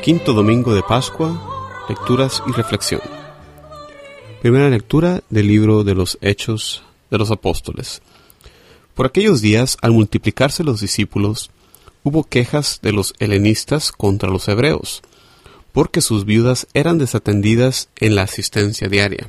Quinto domingo de Pascua, lecturas y reflexión. Primera lectura del libro de los Hechos de los Apóstoles. Por aquellos días, al multiplicarse los discípulos, hubo quejas de los helenistas contra los hebreos, porque sus viudas eran desatendidas en la asistencia diaria.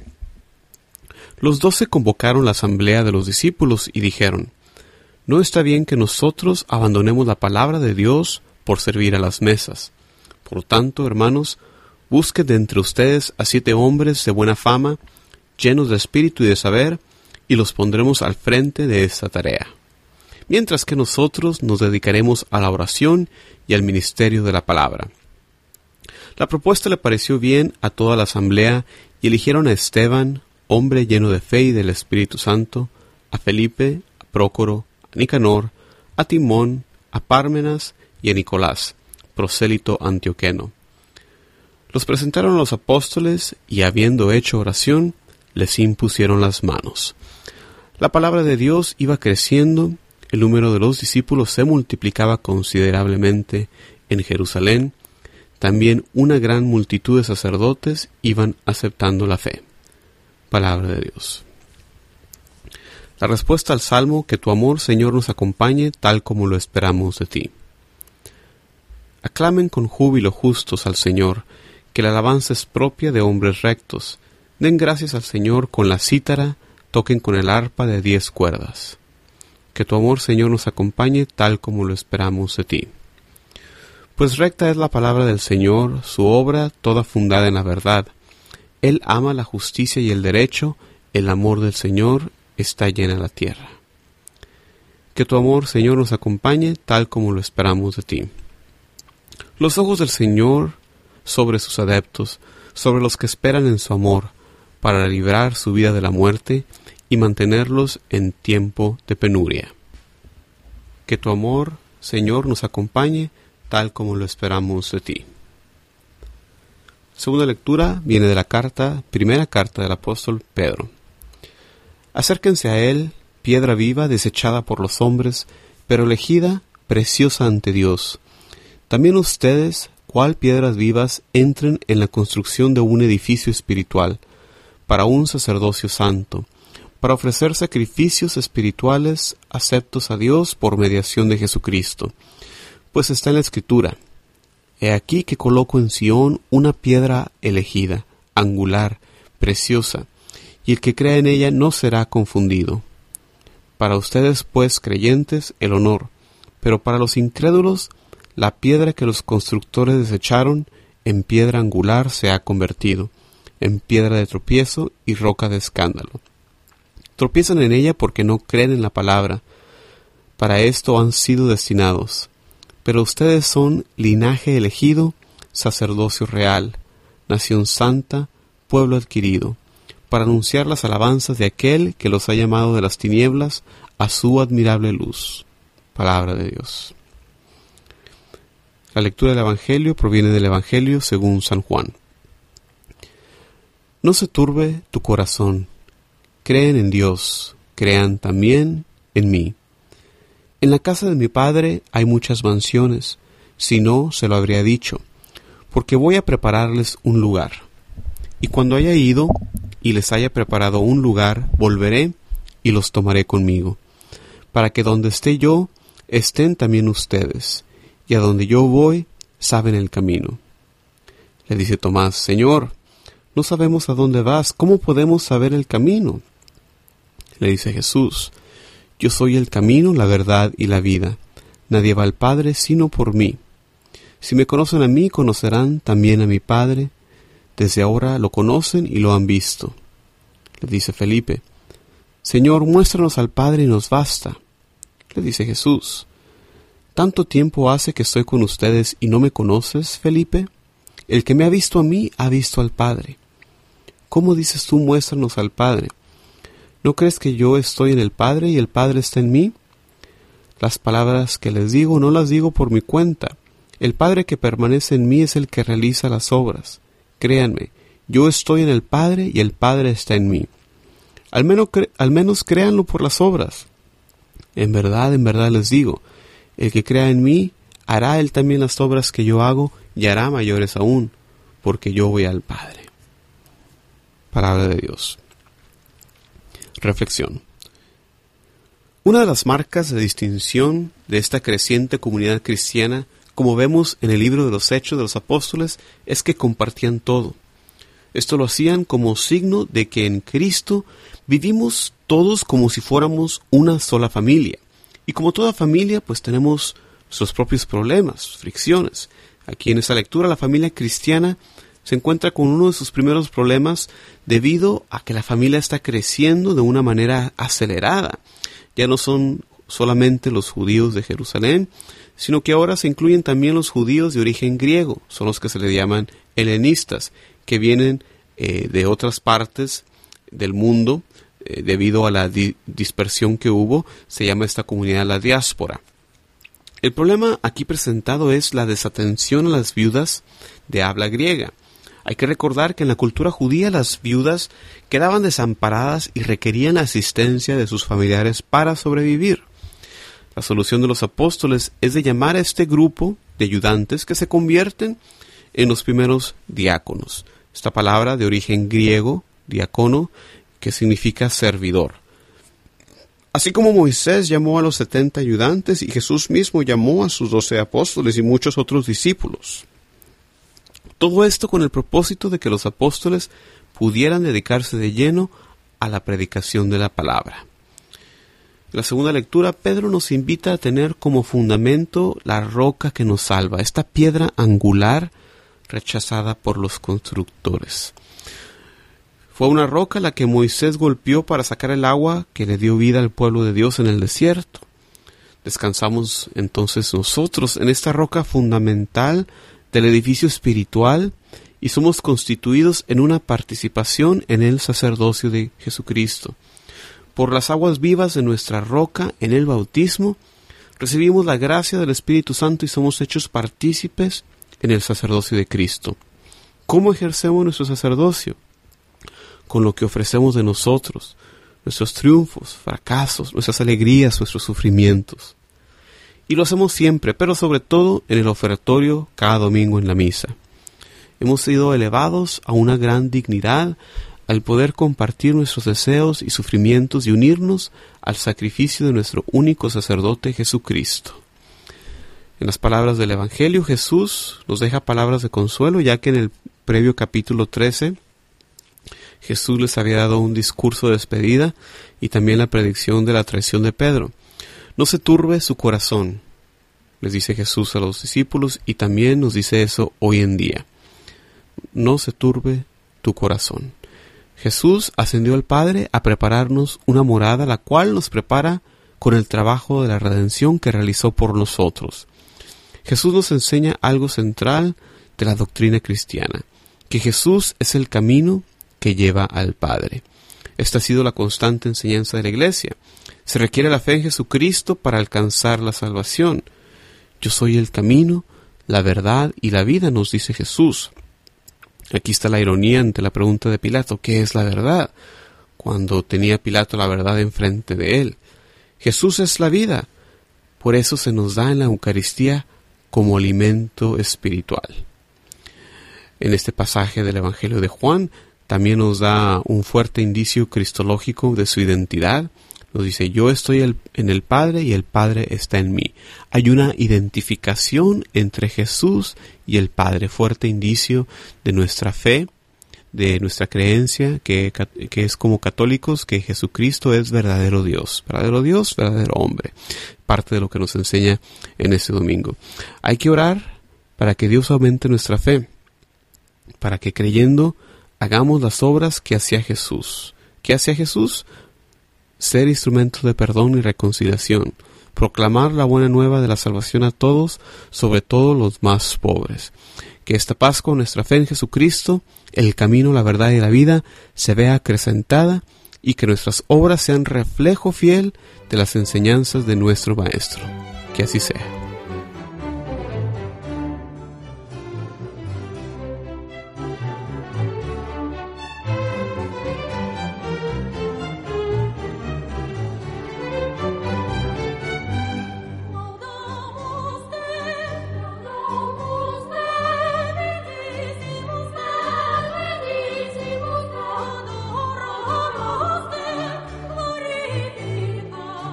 Los 12 convocaron la asamblea de los discípulos y dijeron: «No está bien que nosotros abandonemos la palabra de Dios por servir a las mesas. Por tanto, hermanos, busquen de entre ustedes a 7 hombres de buena fama, llenos de espíritu y de saber, y los pondremos al frente de esta tarea. Mientras que nosotros nos dedicaremos a la oración y al ministerio de la palabra». La propuesta le pareció bien a toda la asamblea y eligieron a Esteban, hombre lleno de fe y del Espíritu Santo, a Felipe, a Prócoro, a Nicanor, a Timón, a Pármenas y a Nicolás, prosélito antioqueno. Los presentaron a los apóstoles y, habiendo hecho oración, les impusieron las manos. La palabra de Dios iba creciendo, el número de los discípulos se multiplicaba considerablemente en Jerusalén. También una gran multitud de sacerdotes iban aceptando la fe. Palabra de Dios. La respuesta al Salmo: que tu amor, Señor, nos acompañe tal como lo esperamos de ti. Aclamen con júbilo justos al Señor, que la alabanza es propia de hombres rectos. Den gracias al Señor con la cítara, toquen con el arpa de 10 cuerdas. Que tu amor, Señor, nos acompañe tal como lo esperamos de ti. Pues recta es la palabra del Señor, su obra toda fundada en la verdad. Él ama la justicia y el derecho, el amor del Señor está llena la tierra. Que tu amor, Señor, nos acompañe tal como lo esperamos de ti. Los ojos del Señor sobre sus adeptos, sobre los que esperan en su amor, para librar su vida de la muerte y mantenerlos en tiempo de penuria. Que tu amor, Señor, nos acompañe tal como lo esperamos de ti. Segunda lectura viene de la primera carta del apóstol Pedro. Acérquense a él, piedra viva desechada por los hombres, pero elegida, preciosa ante Dios. También ustedes, cual piedras vivas, entren en la construcción de un edificio espiritual, para un sacerdocio santo, para ofrecer sacrificios espirituales aceptos a Dios por mediación de Jesucristo. Pues está en la Escritura: «He aquí que coloco en Sión una piedra elegida, angular, preciosa, y el que crea en ella no será confundido». Para ustedes, pues, creyentes, el honor, pero para los incrédulos, la piedra que los constructores desecharon, en piedra angular se ha convertido, en piedra de tropiezo y roca de escándalo. Tropiezan en ella porque no creen en la palabra. Para esto han sido destinados. Pero ustedes son linaje elegido, sacerdocio real, nación santa, pueblo adquirido, para anunciar las alabanzas de aquel que los ha llamado de las tinieblas a su admirable luz. Palabra de Dios. La lectura del Evangelio proviene del Evangelio según San Juan. No se turbe tu corazón. Creen en Dios, crean también en mí. En la casa de mi Padre hay muchas mansiones, si no, se lo habría dicho, porque voy a prepararles un lugar. Y cuando haya ido y les haya preparado un lugar, volveré y los tomaré conmigo, para que donde esté yo, estén también ustedes, y a donde yo voy, saben el camino. Le dice Tomás: Señor, no sabemos a dónde vas, ¿cómo podemos saber el camino? Le dice Jesús: Yo soy el camino, la verdad y la vida. Nadie va al Padre sino por mí. Si me conocen a mí, conocerán también a mi Padre. Desde ahora lo conocen y lo han visto. Le dice Felipe: Señor, muéstranos al Padre y nos basta. Le dice Jesús: ¿Tanto tiempo hace que estoy con ustedes y no me conoces, Felipe? El que me ha visto a mí, ha visto al Padre. ¿Cómo dices tú, muéstranos al Padre? ¿No crees que yo estoy en el Padre y el Padre está en mí? Las palabras que les digo no las digo por mi cuenta. El Padre que permanece en mí es el que realiza las obras. Créanme, yo estoy en el Padre y el Padre está en mí. Al menos créanlo por las obras. En verdad les digo, el que crea en mí, hará él también las obras que yo hago, y hará mayores aún, porque yo voy al Padre. Palabra de Dios. Reflexión. Una de las marcas de distinción de esta creciente comunidad cristiana, como vemos en el libro de los Hechos de los Apóstoles, es que compartían todo. Esto lo hacían como signo de que en Cristo vivimos todos como si fuéramos una sola familia. Y como toda familia, pues tenemos sus propios problemas, fricciones. Aquí en esta lectura, la familia cristiana se encuentra con uno de sus primeros problemas debido a que la familia está creciendo de una manera acelerada. Ya no son solamente los judíos de Jerusalén, sino que ahora se incluyen también los judíos de origen griego, son los que se le llaman helenistas, que vienen de otras partes del mundo. Debido a la dispersión que hubo, se llama esta comunidad la diáspora. El problema aquí presentado es la desatención a las viudas de habla griega. Hay que recordar que en la cultura judía las viudas quedaban desamparadas y requerían la asistencia de sus familiares para sobrevivir. La solución de los apóstoles es de llamar a este grupo de ayudantes que se convierten en los primeros diáconos. Esta palabra de origen griego, diácono, que significa servidor. Así como Moisés llamó a los 70 ayudantes y Jesús mismo llamó a sus 12 apóstoles y muchos otros discípulos. Todo esto con el propósito de que los apóstoles pudieran dedicarse de lleno a la predicación de la palabra. En la segunda lectura, Pedro nos invita a tener como fundamento la roca que nos salva, esta piedra angular rechazada por los constructores. Fue una roca la que Moisés golpeó para sacar el agua que le dio vida al pueblo de Dios en el desierto. Descansamos entonces nosotros en esta roca fundamental del edificio espiritual y somos constituidos en una participación en el sacerdocio de Jesucristo. Por las aguas vivas de nuestra roca en el bautismo, recibimos la gracia del Espíritu Santo y somos hechos partícipes en el sacerdocio de Cristo. ¿Cómo ejercemos nuestro sacerdocio? Con lo que ofrecemos de nosotros, nuestros triunfos, fracasos, nuestras alegrías, nuestros sufrimientos. Y lo hacemos siempre, pero sobre todo en el ofertorio cada domingo en la misa. Hemos sido elevados a una gran dignidad al poder compartir nuestros deseos y sufrimientos y unirnos al sacrificio de nuestro único sacerdote Jesucristo. En las palabras del Evangelio, Jesús nos deja palabras de consuelo, ya que en el previo capítulo 13, Jesús les había dado un discurso de despedida y también la predicción de la traición de Pedro. No se turbe su corazón, les dice Jesús a los discípulos, y también nos dice eso hoy en día. No se turbe tu corazón. Jesús ascendió al Padre a prepararnos una morada, la cual nos prepara con el trabajo de la redención que realizó por nosotros. Jesús nos enseña algo central de la doctrina cristiana, que Jesús es el camino que lleva al Padre. Esta ha sido la constante enseñanza de la Iglesia. Se requiere la fe en Jesucristo para alcanzar la salvación. Yo soy el camino, la verdad y la vida, nos dice Jesús. Aquí está la ironía ante la pregunta de Pilato, ¿qué es la verdad? Cuando tenía Pilato la verdad enfrente de él. Jesús es la vida. Por eso se nos da en la Eucaristía como alimento espiritual. En este pasaje del Evangelio de Juan, también nos da un fuerte indicio cristológico de su identidad. Nos dice, yo estoy en el Padre y el Padre está en mí. Hay una identificación entre Jesús y el Padre, fuerte indicio de nuestra fe, de nuestra creencia, que es como católicos, que Jesucristo es verdadero Dios, verdadero hombre. Parte de lo que nos enseña en este domingo. Hay que orar para que Dios aumente nuestra fe, para que creyendo hagamos las obras que hacía Jesús. ¿Qué hacía Jesús? Ser instrumento de perdón y reconciliación. Proclamar la buena nueva de la salvación a todos, sobre todo los más pobres. Que esta Pascua, nuestra fe en Jesucristo, el camino, la verdad y la vida, se vea acrecentada y que nuestras obras sean reflejo fiel de las enseñanzas de nuestro Maestro. Que así sea.